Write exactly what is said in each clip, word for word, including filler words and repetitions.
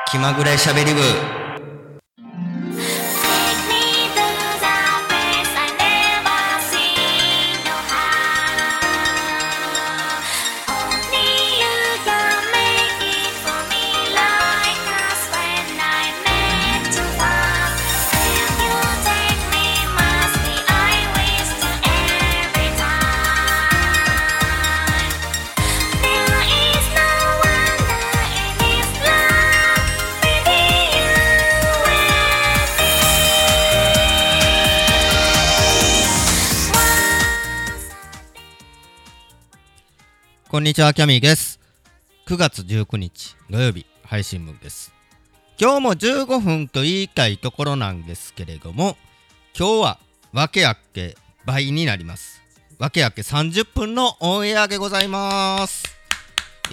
気まぐれしゃべり部。こんにちは、キャミーです。くがつじゅうくにち土曜日配信分です。今日もじゅうごふんと言いたいところなんですけれども、今日は訳あって倍になります。訳あってさんじゅっぷんのオンエアでございます。イ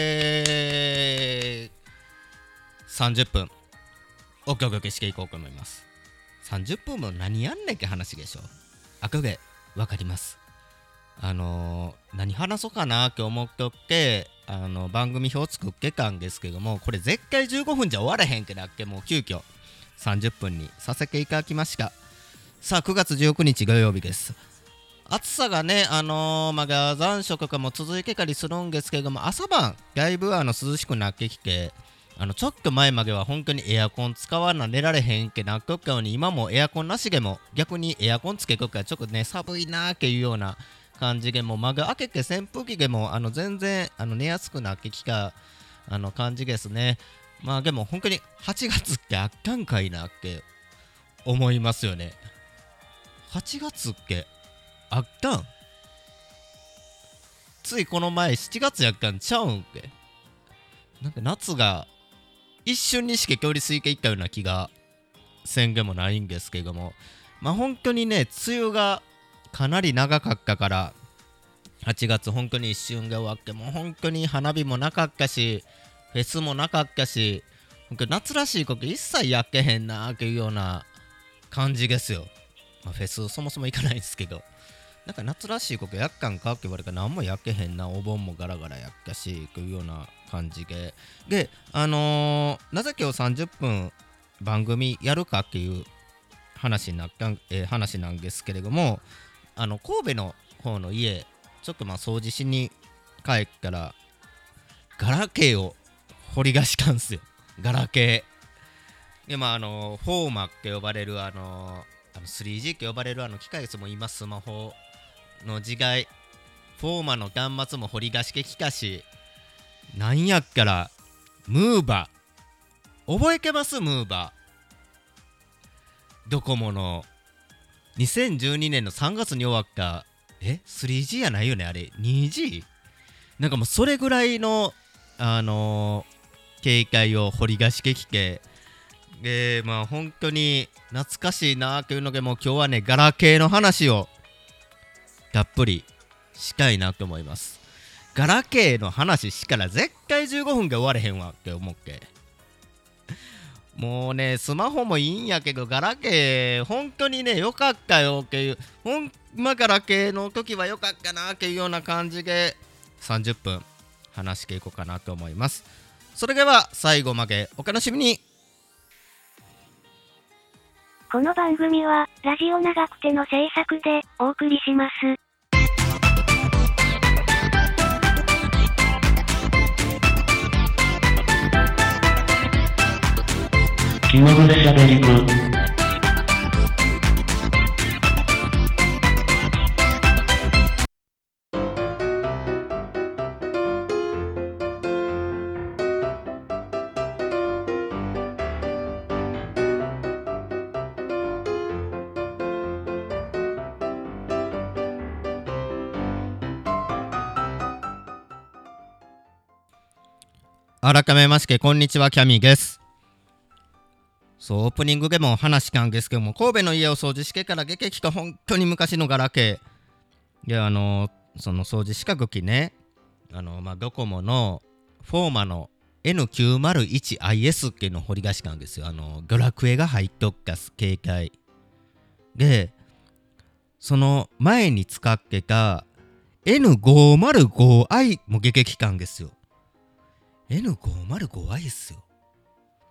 エーイ。さんじゅっぷんおきょきょきしていこうと思います。さんじゅっぷんも何やんねんって話でしょ。後でわかります。あのー、何話そうかなって思っておってあの番組表作ってたんですけども、これ絶対じゅうごふんじゃ終われへんけだっけ、もう急遽さんじゅっぷんにさせていただきました。さあくがつじゅうくにち土曜日です。暑さがね、あのー、まだ残暑とかも続いてたりするんですけども、朝晩だいぶあの涼しくなってきて、あのちょっと前までは本当にエアコン使わな寝られへんってなっとったのに、今もエアコンなしでも逆にエアコンつけとくからちょっとね寒いなーっていうような感じで、もう間が開けて扇風機でもあの全然あの寝やすくなってきたあの感じですね。まあでも本当にはちがつってあったんかいなって思いますよね。はちがつってあったん、ついこの前しちがつやったんちゃうんって。なんか夏が一瞬にしか距離過ぎていったような気がせんでもないんですけども、まあ本当にね梅雨がかなり長かったからはちがつ本当に一瞬で終わって、もう本当に花火もなかったしフェスもなかったし、本当夏らしいこと一切やっけへんなーっていうような感じですよ。まあ、フェスそもそも行かないですけど、なんか夏らしいことやっかんかって言われたら何もやっけへんな、お盆もガラガラやったしというような感じで、であのー、なぜ今日さんじゅっぷん番組やるかっていう話になった、えー、話なんですけれども、あの神戸の方の家ちょっとまあ掃除しに帰ったらガラケーを掘り出したんすよ。ガラケーで、まああのフォーマって呼ばれるあのあの スリージー って呼ばれるあの機械ですも今スマホの時代、フォーマの端末も掘り出してきたし、なんやっからムーバー覚えてます？ムーバードコモのにせんじゅうにねんのさんがつに終わったえ スリージー やないよね、あれ ツージー？ なんかもうそれぐらいのあのー、携帯を掘り出してきて、でまあ本当に懐かしいなーというので、もう今日はねガラケーの話をたっぷりしたいなと思います。ガラケーの話しから絶対じゅうごふんで終われへんわって思って、もうねスマホもいいんやけどガラケー本当にね良かったよっていう、ほんまガラケーの時は良かったなっていうような感じでさんじゅっぷん話していこうかなと思います。それでは最後までお楽しみに。 この番組はラジオ長くての制作でお送りします。 気まぐれしゃべり部。 改めましてこんにちは、キャミーです。そうオープニングでも話したんですけども、神戸の家を掃除してから出てきた本当に昔のガラケーで、あのー、その掃除した時ね、あのー、まあドコモのフォーマの エヌきゅうまるいちアイエス っていうのを掘り出したんですよ。あのー、ドラクエが入っとった携帯で、その前に使ってた エヌごーまるごアイ も出てきたんですよ。エヌごーまるごアイ っすよ。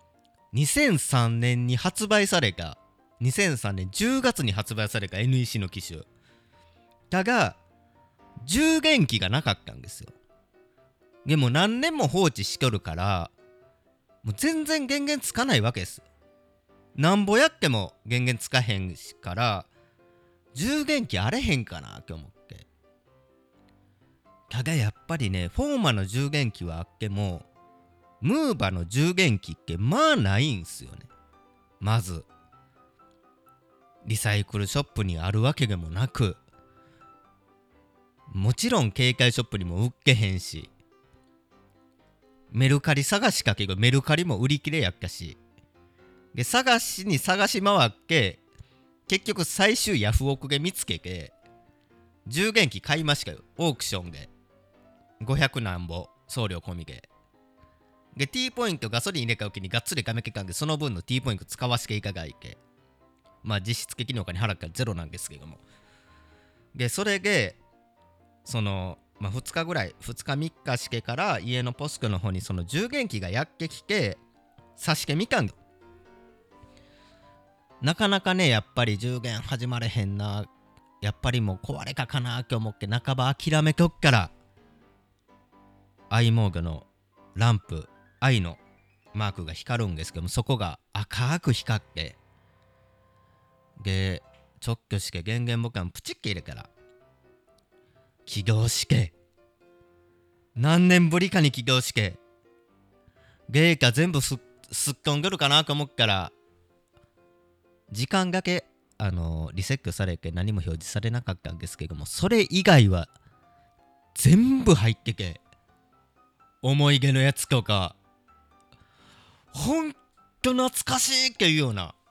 にせんさんねんに発売されたにせんさんねんじゅうがつに発売された エヌイーシー の機種だが充電器がなかったんですよ。でも何年も放置しとるからもう全然電源つかないわけです。なんぼやっても電源つかへんから充電器あれへんかなって思って。ただやっぱりねフォーマの充電器はあってもムーバの充電器ってまあないんすよね。まずリサイクルショップにあるわけでもなく、もちろん携帯ショップにも売っけへんし、メルカリ探しかけどメルカリも売り切れやったし、で探しに探し回って結局最終ヤフオクで見つけて充電器買いましたよ。オークションでごひゃくなんぼ送料込みで。で T ポイントガソリン入れた時にがっつりガメけかんでその分の T ポイント使わせていただいて、まあ実質的にお金払ったらゼロなんですけども、でそれでそのまあふつかぐらいふつかみっかしてから家のポスクの方にその充電器がやってきて差してみたんだ。なかなかねやっぱり充電始まれへんな、やっぱりもう壊れかかなって思って半ば諦めとっから i モードのランプ i のマークが光るんですけども、そこが赤く光ってで直挙して電源ボタンプチッけ入れたら起動して何年ぶりかに起動してゲーカ全部すすっ飛んでるかなと思ったら時間だけあのー、リセットされて何も表示されなかったんですけども、それ以外は全部入ってて思い出のやつとかほんと懐かしいっていうような、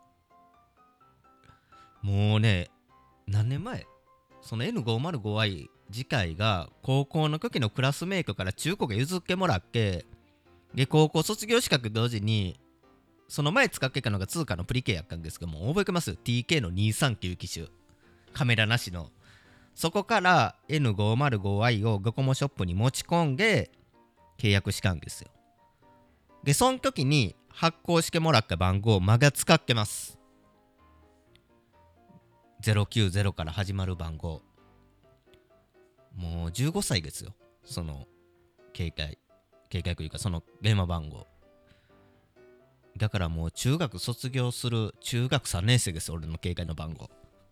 もうね何年前その エヌごーまるごアイ 自体が高校の時のクラスメイトから中古が譲ってもらって、で高校卒業資格同時にその前使ってたのが通貨のプリケやったんですけども、覚えてます？ ティーケー のにーさんきゅう機種カメラなしの。そこから エヌごーまるごアイ をドコモショップに持ち込んで契約したんですよ。でその時に発行してもらった番号まだ使ってます。ゼロきゅうゼロから始まる番号。もうじゅうごさいですよ、その携帯携帯というかその電話番号だからもう中学卒業する中学さんねん生です、俺の携帯の番号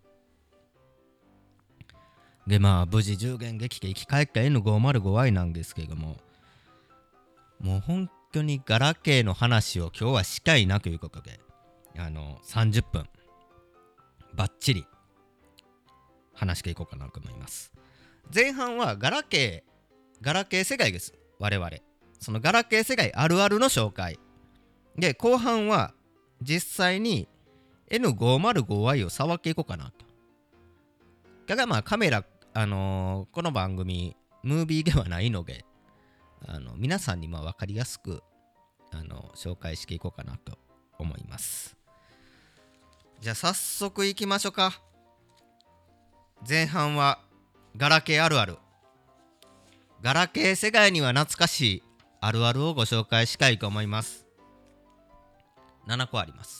で。まあ無事充電できて生き返った エヌごーまるごアイ なんですけども、もう本当にガラケーの話を今日はしたいなということで、あのさんじゅっぷんバッチリ話していこうかなと思います。前半はガラケーガラケー世界です、我々。そのガラケー世界あるあるの紹介で、後半は実際に エヌごーまるごアイ を触っていこうかなと。だからまあカメラ、あのー、この番組ムービーではないので、あの皆さんにまあ分かりやすくあの紹介していこうかなと思います。じゃあ早速いきましょうか。前半はガラケーあるある。ガラケー世界には懐かしいあるあるをご紹介したいと思います。ななこあります。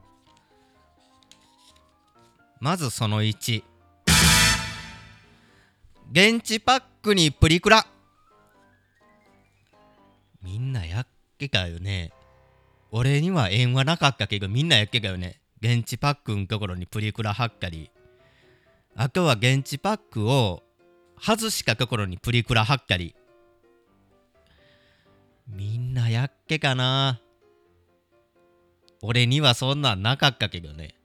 まずそのいち、現地パックにプリクラ。みんなやっけたよね。俺には縁はなかったけどみんなやっけたよね。現地パックのところにプリクラ貼ったり、あとは現地パックを外したところにプリクラ貼ったり、みんなやっけかな。俺にはそんなんなかったけどね。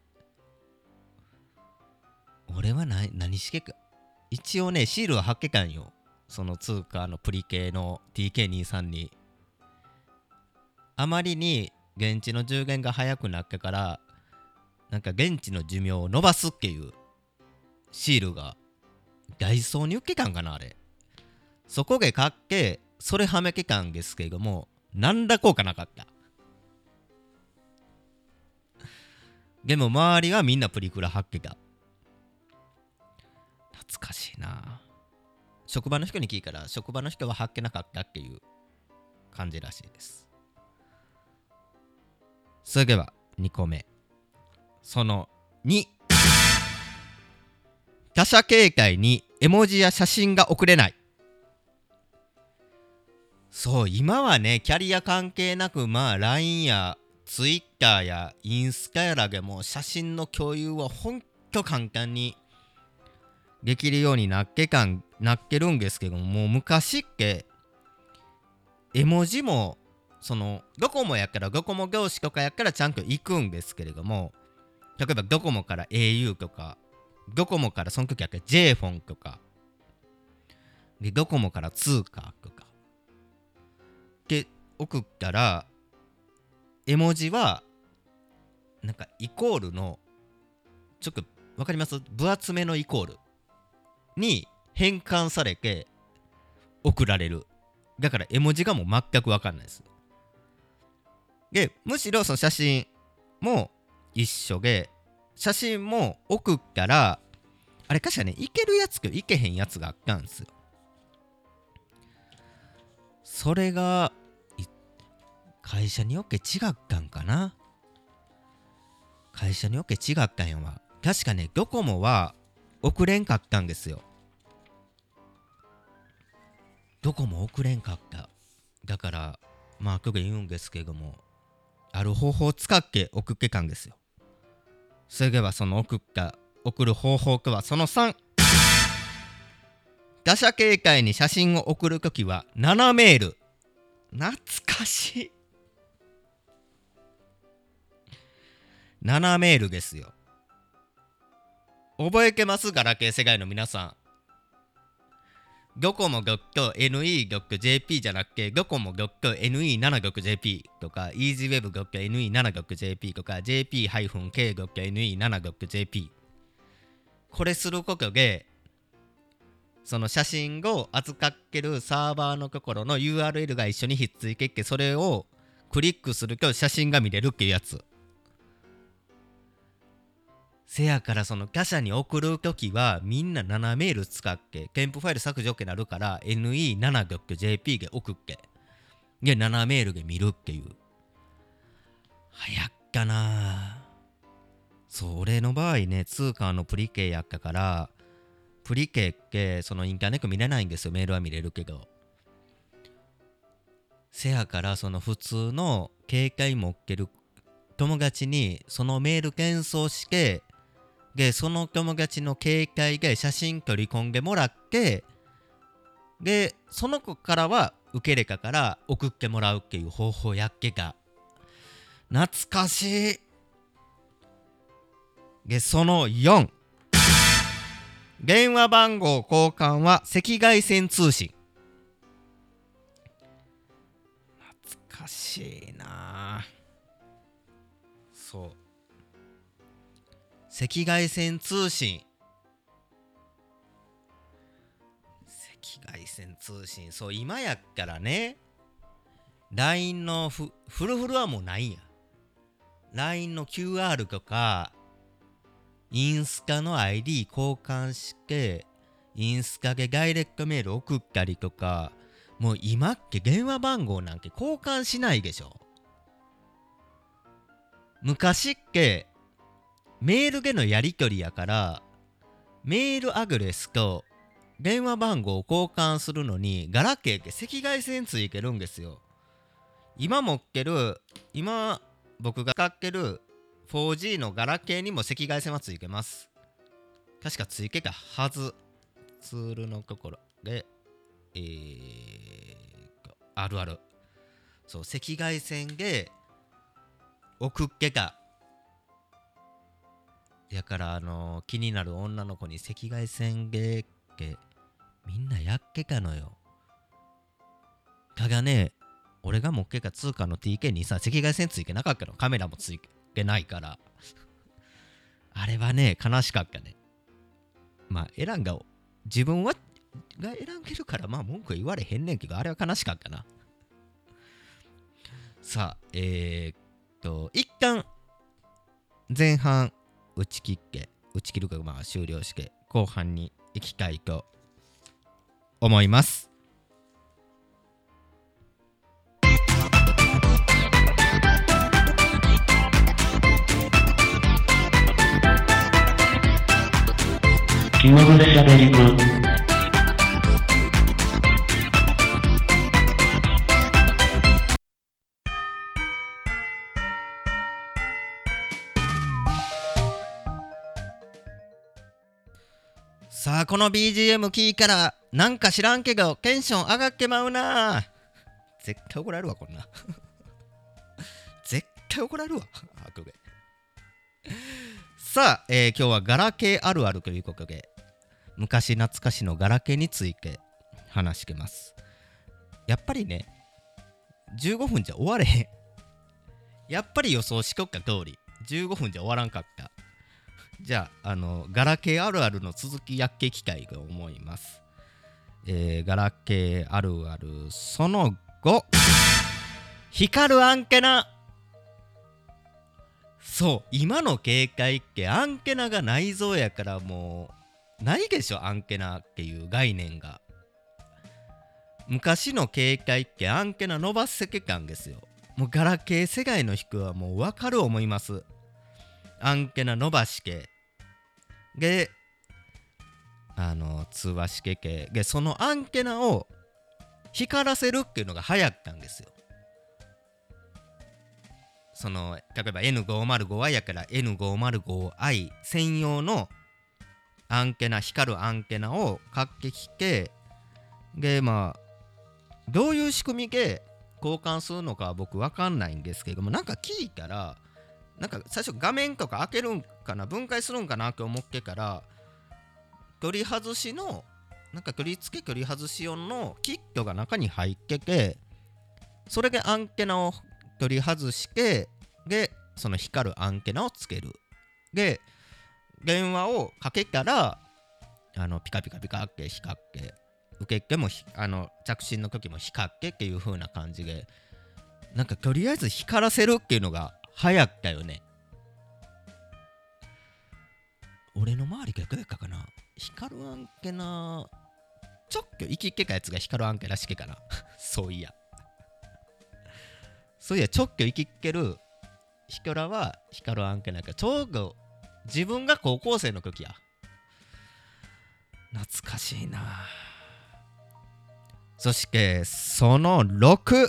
俺はな何してか一応ねシールは貼っけたんよ、その通貨のプリ系の ティーケーにじゅうさん に。あまりに現地の充電が早くなってからなんか現地の寿命を伸ばすっていうシールがダイソーに売ってたんかな、あれ。そこで買ってそれはめけたんですけども、なんだ効果なかった。でも周りはみんなプリクラ貼ってた。懐かしいな。職場の人に聞いたら職場の人は貼ってなかったっていう感じらしいです。 それではにこめ、そのに、他者警戒に絵文字や写真が送れない。そう、今はね、キャリア関係なく、まあ ライン や Twitter やインスタやらでも写真の共有はほんと簡単にできるようになっけかんなっけるんですけども、もう昔っけ絵文字もそのドコモやからドコモ業種とかやからちゃんと行くんですけれども、例えばドコモから エーユー とか、ドコモからその時やから J フォンとかで、ドコモから通貨とかで送ったら、絵文字はなんかイコールのちょっとわかります？分厚めのイコールに変換されて送られる。だから絵文字がもう全くわかんないです。で、むしろその写真も一緒で、写真も送ったら、あれかしらね、いけるやつといけへんやつがあったんですよ。それが会社によって違ったんかな。会社によって違ったんやわ。確かね、ドコモは送れんかったんですよ。ドコモ送れんかった。だからまあ僕言うんですけども、ある方法を使って送ってたんですよ。それではその送った送る方法とはそのさん、他者警戒に写真を送るときはななメール。懐かしい。ななメールですよ。覚えてます？ガラケー世界の皆さん。ドコモ .エヌイー ジェーピー じゃなくて、ドコモ エヌイーセブン ジェーピー とか EasyWeb エヌイーセブン ジェーピー とか ジェーピー ケー エヌイーセブン ジェーピー。これすることで、その写真を扱ってるサーバーのところの ユーアールエル が一緒にひっついてって、それをクリックすると写真が見れるっていうやつ。せやからその他社に送るときはみんなななメール使って添付ファイル削除ってなるから エヌイーセブン ジェーピー で送ってでななメールで見るっていう。早っかな。そう、俺の場合ね、通貨のプリケやったからプリケってそのインターネット見れないんですよ。メールは見れるけど。せやからその普通の携帯持ってる友達にそのメール転送してで、その友達の携帯で写真取り込んでもらって、で、その子からは受けれかから送ってもらうっていう方法やっけか。懐かしい。で、そのよん。電話番号交換は赤外線通信。懐かしいな。そう。赤外線通信赤外線通信そう、今やったらね ライン のフフルフルはもうないんや。 ライン の キューアール とかインスタの アイディー 交換してインスタでダイレクトメール送ったりとか、もう今っけ電話番号なんて交換しないでしょ。昔っけメールでのやり取りやから、メールアドレスと電話番号を交換するのにガラケーって赤外線ついてるんですよ。今持ってる、今僕が使ってる フォージー のガラケーにも赤外線はついてます。確かついてたはず。ツールのところで、えーと、あるある。そう、赤外線で送ってた。やからあのー、気になる女の子に赤外線でってみんなやっけかのよ。ただね、俺が持ってた通貨の ティーケー にさ赤外線ついてなかったの。カメラもついてないからあれはね悲しかったね。まあ選んが自分はが選んでるからまあ文句は言われへんねんけど、あれは悲しかったな。さあえー、っと一旦前半打ち切って打ち切るかまあ終了して後半に行きたいと思います。 気まぐれしゃべり部。 さあこの ビージーエム 聞いたらなんか知らんけどテンション上がっけまうな。絶対怒られるわこんな絶対怒られるわあくべ。さあ、えー、今日はガラケーあるあるということで昔懐かしのガラケーについて話してます。やっぱりねじゅうごふんじゃ終われへん。やっぱり予想しとった通りじゅうごふんじゃ終わらんかった。じゃあ、あのガラケーあるあるの続きやっけきたいと思います。えー、ガラケーあるあるそのご、光るアンテナ。そう、今の携帯ってアンテナが内蔵やからもうないでしょ、アンテナっていう概念が。昔の携帯ってアンテナ伸ばせてたんですよ。もうガラケー世代の人はもう分かる思います。アンテナ伸ばしてであの通話してけでそのアンテナを光らせるっていうのが流行ったんですよ。その例えば エヌごーまるごアイ やから エヌごーまるごアイ 専用のアンテナ、光るアンテナを買ってきてでまあどういう仕組みで交換するのかは僕わかんないんですけども、なんか聞いたらなんか最初画面とか開けるんかな分解するんかなと思ってから取り外しのなんか取り付け取り外し用のキットが中に入っててそれでアンテナを取り外してでその光るアンテナをつけるで電話をかけたらあのピカピカピカって光って受けてもあの着信の時も光ってっていう風な感じでなんかとりあえず光らせるっていうのが流行ったよね。俺の周り逆だったかな。光るアンテナちょっと生きっけかやつが光るアンテナしけかなそういやそういやちょっと生きっけるヒコラは光るアンテナがちょうど自分が高校生の時や。懐かしいな。そしてそのろく、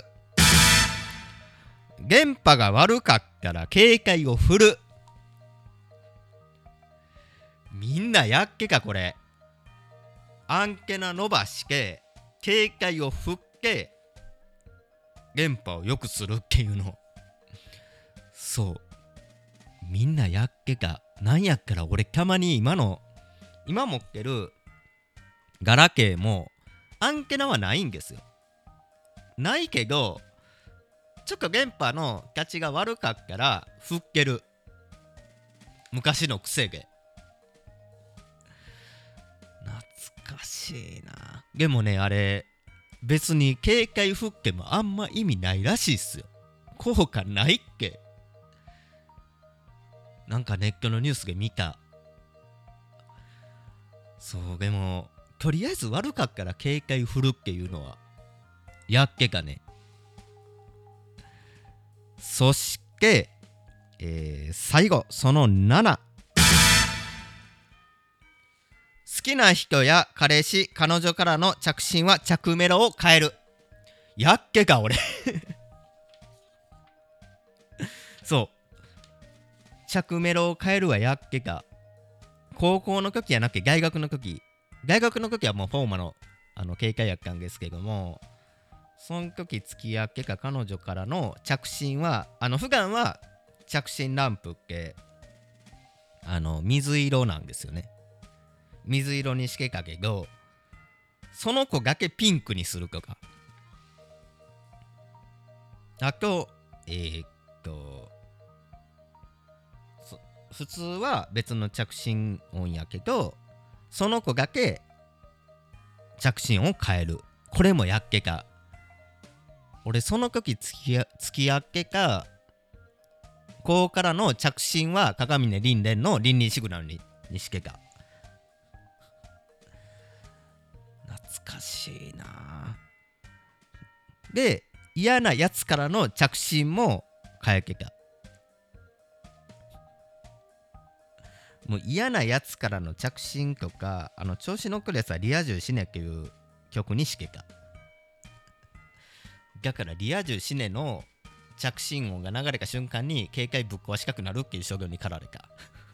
電波が悪かったら警戒を振る。みんなやっけかこれ。アンテナ伸ばして警戒を振って電波を良くするっていうの。そうみんなやっけか。なんやったら俺たまに今の今持ってるガラケーもアンテナはないんですよ。ないけどちょっと電波のキャッチが悪かったら振っける。昔の癖で懐かしいな。でもねあれ別に警戒振ってもあんま意味ないらしいっすよ。効果ないっけ。なんかネットのニュースで見た。そうでもとりあえず悪かったら警戒振るっていうのはやっけかね。そして、えー、最後そのなな、好きな人や彼氏彼女からの着信は着メロを変える。やっけか俺そう着メロを変えるはやっけか。高校の時やなくて大学の時大学の時はもうフォーマのあの警戒やったんですけども、その時付き合ってか彼女からの着信はあの普段は着信ランプってあの水色なんですよね。水色にしてたけどその子だけピンクにするとか、あとえー、っと普通は別の着信音やけどその子だけ着信音を変える。これもやっけか。俺その時付き合付き合ってかこうからの着信は鏡根凛蓮の凛々シグナルににしけか。懐かしいな。で嫌なやつからの着信も変えけか。 もう嫌なやつからの着信とか、あの調子乗っくるやつはリア充死ねっていう曲にしけか。だからリア充死ねの着信音が流れた瞬間に携帯ぶっ壊したくなるっていう処分に駆られた。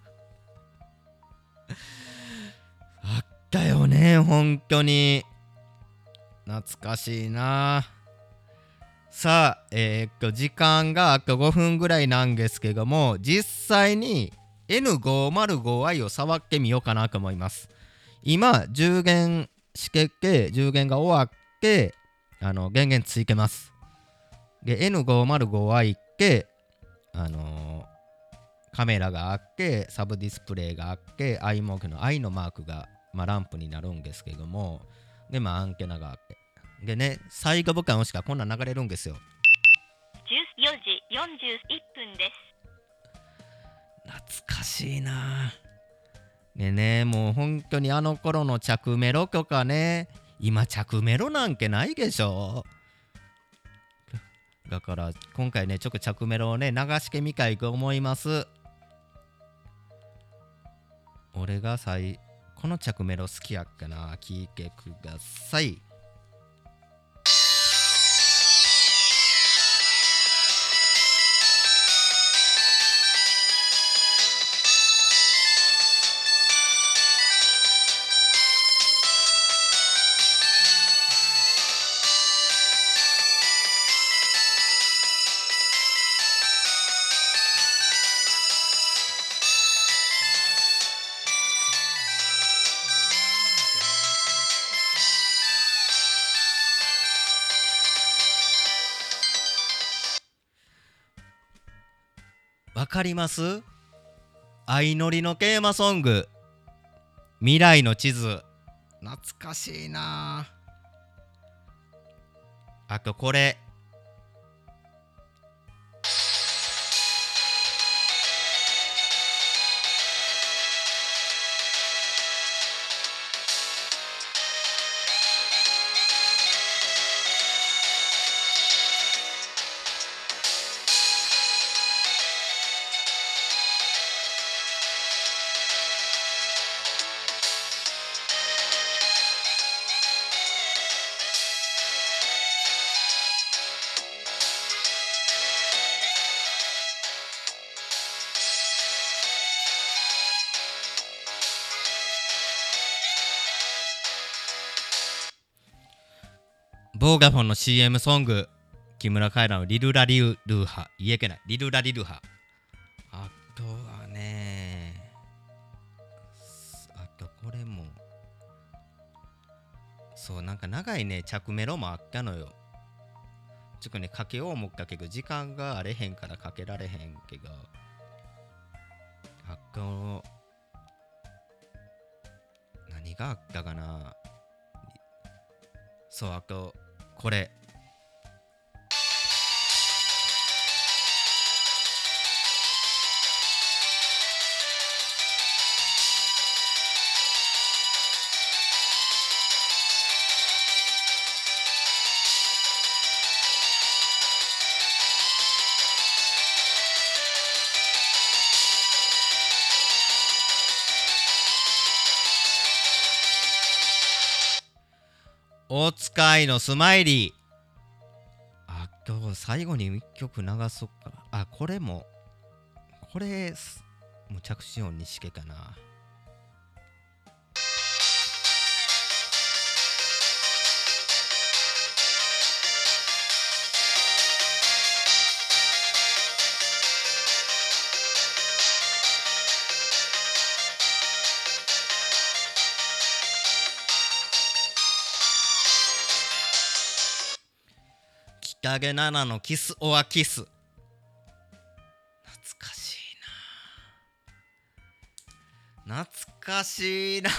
あったよね、本当に。懐かしいな。さあ、えー、っと、時間があとごふんぐらいなんですけども、実際に エヌごーまるごアイ を触ってみようかなと思います。今、充電しけて、充電が終わって、あの、電源ついてます。で、エヌごーまるごアイ って、あのー、カメラがあって、サブディスプレイがあって、アイモークの アイ のマークが、まあ、ランプになるんですけども、で、まあ、アンテナがあって。でね、最後ボタン押したらこんなん流れるんですよ。 じゅうよじよんじゅういっぷんです。 懐かしいな。でね、もう本当にあの頃の着メロとかね、今着メロなんけないでしょ。だから今回ね、ちょっと着メロをね、流してみたいと思います。俺が最、この着メロ好きやっかな。聞いてください。わかります？相乗りのテーマソング、未来の地図。懐かしいな。あとこれ。ボーガフォンの シーエム ソング、木村カエラのリルラリルーハ、言えけない、リルラリルハ。あとはね、あとこれも、そう、なんか長いね、着メロもあったのよ。ちょっとね、かけよう思ったけど、時間があれへんからかけられへんけど、あと、何があったかな。そう、あと、これ。お使いのスマイリー。あ、今日最後に一曲流そっか。あ、これも、これ、もう着信音にしけかな。北毛奈々のキスオアキス。懐かしいな。懐かしいな。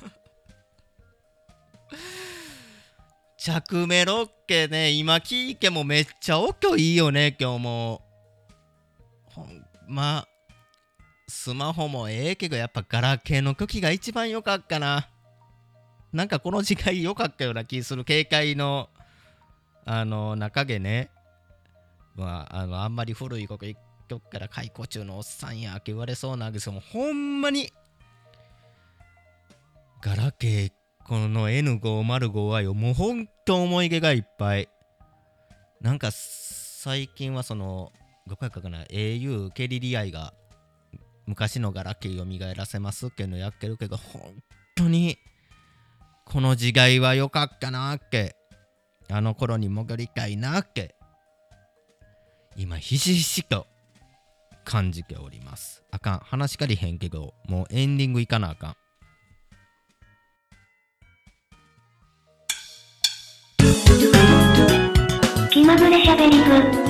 着メロっけね、今聞いてもめっちゃ音いいよね、今日も。ほんま、スマホもええけど、やっぱガラケーの時が一番良かったな。なんかこの時代良かったような気する。軽快のあの中でね、まあ、あのあんまり古い曲一曲から解雇中のおっさんやって言われそうなんですけども、ほんまにガラケーこの エヌごひゃくご はよもうほんと思い出がいっぱい。なんか最近はそのどこやったかな エーユー ケリリアイが昔のガラケーを蘇らせますっていうのやってるけど、本当にこの時代は良かったなーって、あの頃に戻りたいなーって今ひしひしと感じております。あかん、話かりへんけどもうエンディングいかなあかん。 気まぐれしゃべり部。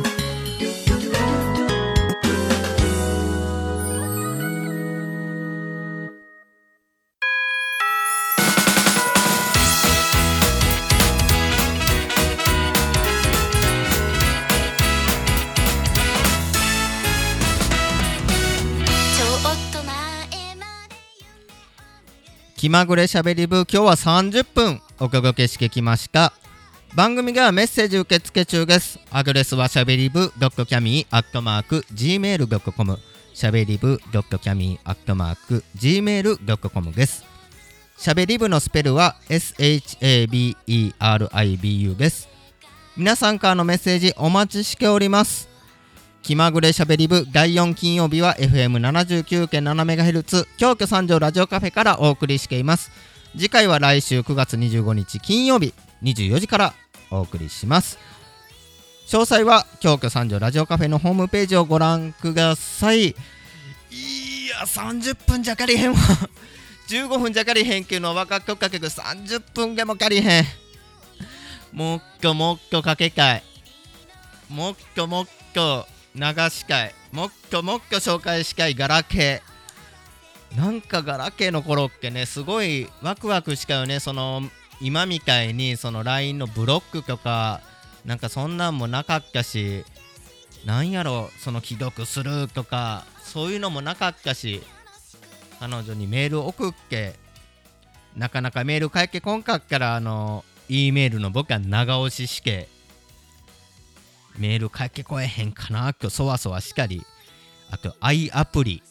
気まぐれしゃべり部、今日はさんじゅっぷんお届けしてきました。番組ではメッセージ受付中です。アドレスはしゃべり部 .kami アットマーク ジーメールドットコム しゃべり部 .kami アットマーク ジーメールドットコム です。しゃべり部のスペルは エスエイチエービーイーアールアイビーユー です。皆さんからのメッセージお待ちしております。気まぐれしゃべり部だいよん金曜日は エフエムななじゅうきゅうてんななメガヘルツ 京都三条ラジオカフェからお送りしています。次回は来週くがつにじゅうごにち金曜日にじゅうよじからお送りします。詳細は京都三条ラジオカフェのホームページをご覧ください。いやさんじゅっぷんじゃかりへんわじゅうごふんじゃかりへんっていうのは分かっとったけどさんじゅっぷんでもかりへん。もっともっとかけたい、もっともっと流したい、もっともっと紹介したいガラケー。なんかガラケーの頃ってねすごいワクワクしたよね。その今みたいにその ライン のブロックとかなんかそんなんもなかったし、なんやろその既読するとかそういうのもなかったし、彼女にメール送ってなかなかメール返ってこんかったらあの E メールの僕は長押ししてメール返ってこえへんかなとそわそわしたり、あと i アプリ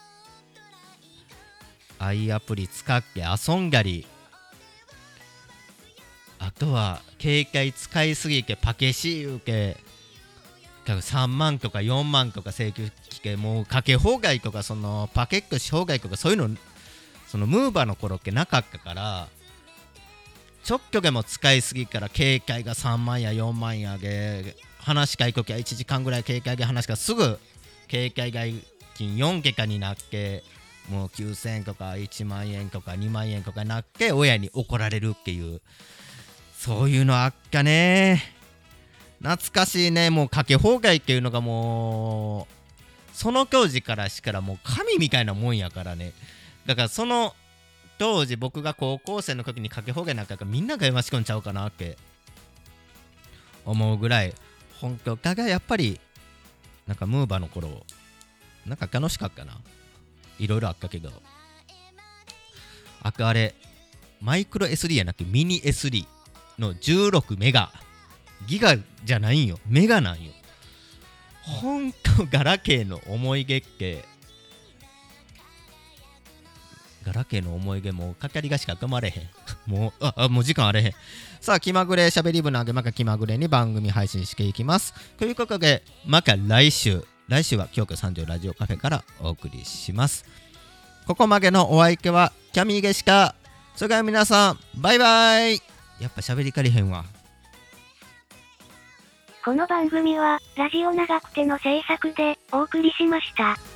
i アプリ使って遊んだり、あとは携帯使いすぎてパケシー受けさんまんとかよんまんとか請求来て、もうかけ放題とかそのパケットし放題とかそういうのそのムーバーの頃ってなかったから、直距でも使いすぎから携帯がさんまんやよんまんやで話し会ときはいちじかんぐらい携帯で話しがすぐ携帯代金よん桁になってもうきゅうせんえんとかいちまんえんとかにまんえんとかになって親に怒られるっていう、そういうのあっかね。懐かしいね。もうかけ放題っていうのがもうその当時からしたらもう神みたいなもんやからね。だからその当時僕が高校生の時にかけ放題なんかみんなが読まし込んちゃうかなって思うぐらい本当だがやっぱりなんかムーバーの頃なんか楽しかったな。いろいろあったけど、あとあれマイクロ エスディー やなくてミニ エスディー のじゅうろくメガギガじゃないんよ、メガなんよ。ほんとガラケーの思い出ってガラケーの思い出もうかかりがしか止まれへんもうああもう時間あれへん。さあ気まぐれしゃべり部なんでまた気まぐれに番組配信していきますということで、また来週来週は京都三条ラジオカフェからお送りします。ここまでのお相手はキャミーでした。それでは皆さんバイバイ。やっぱしゃべりかりへんわ。 この番組はラジオ長くての制作でお送りしました。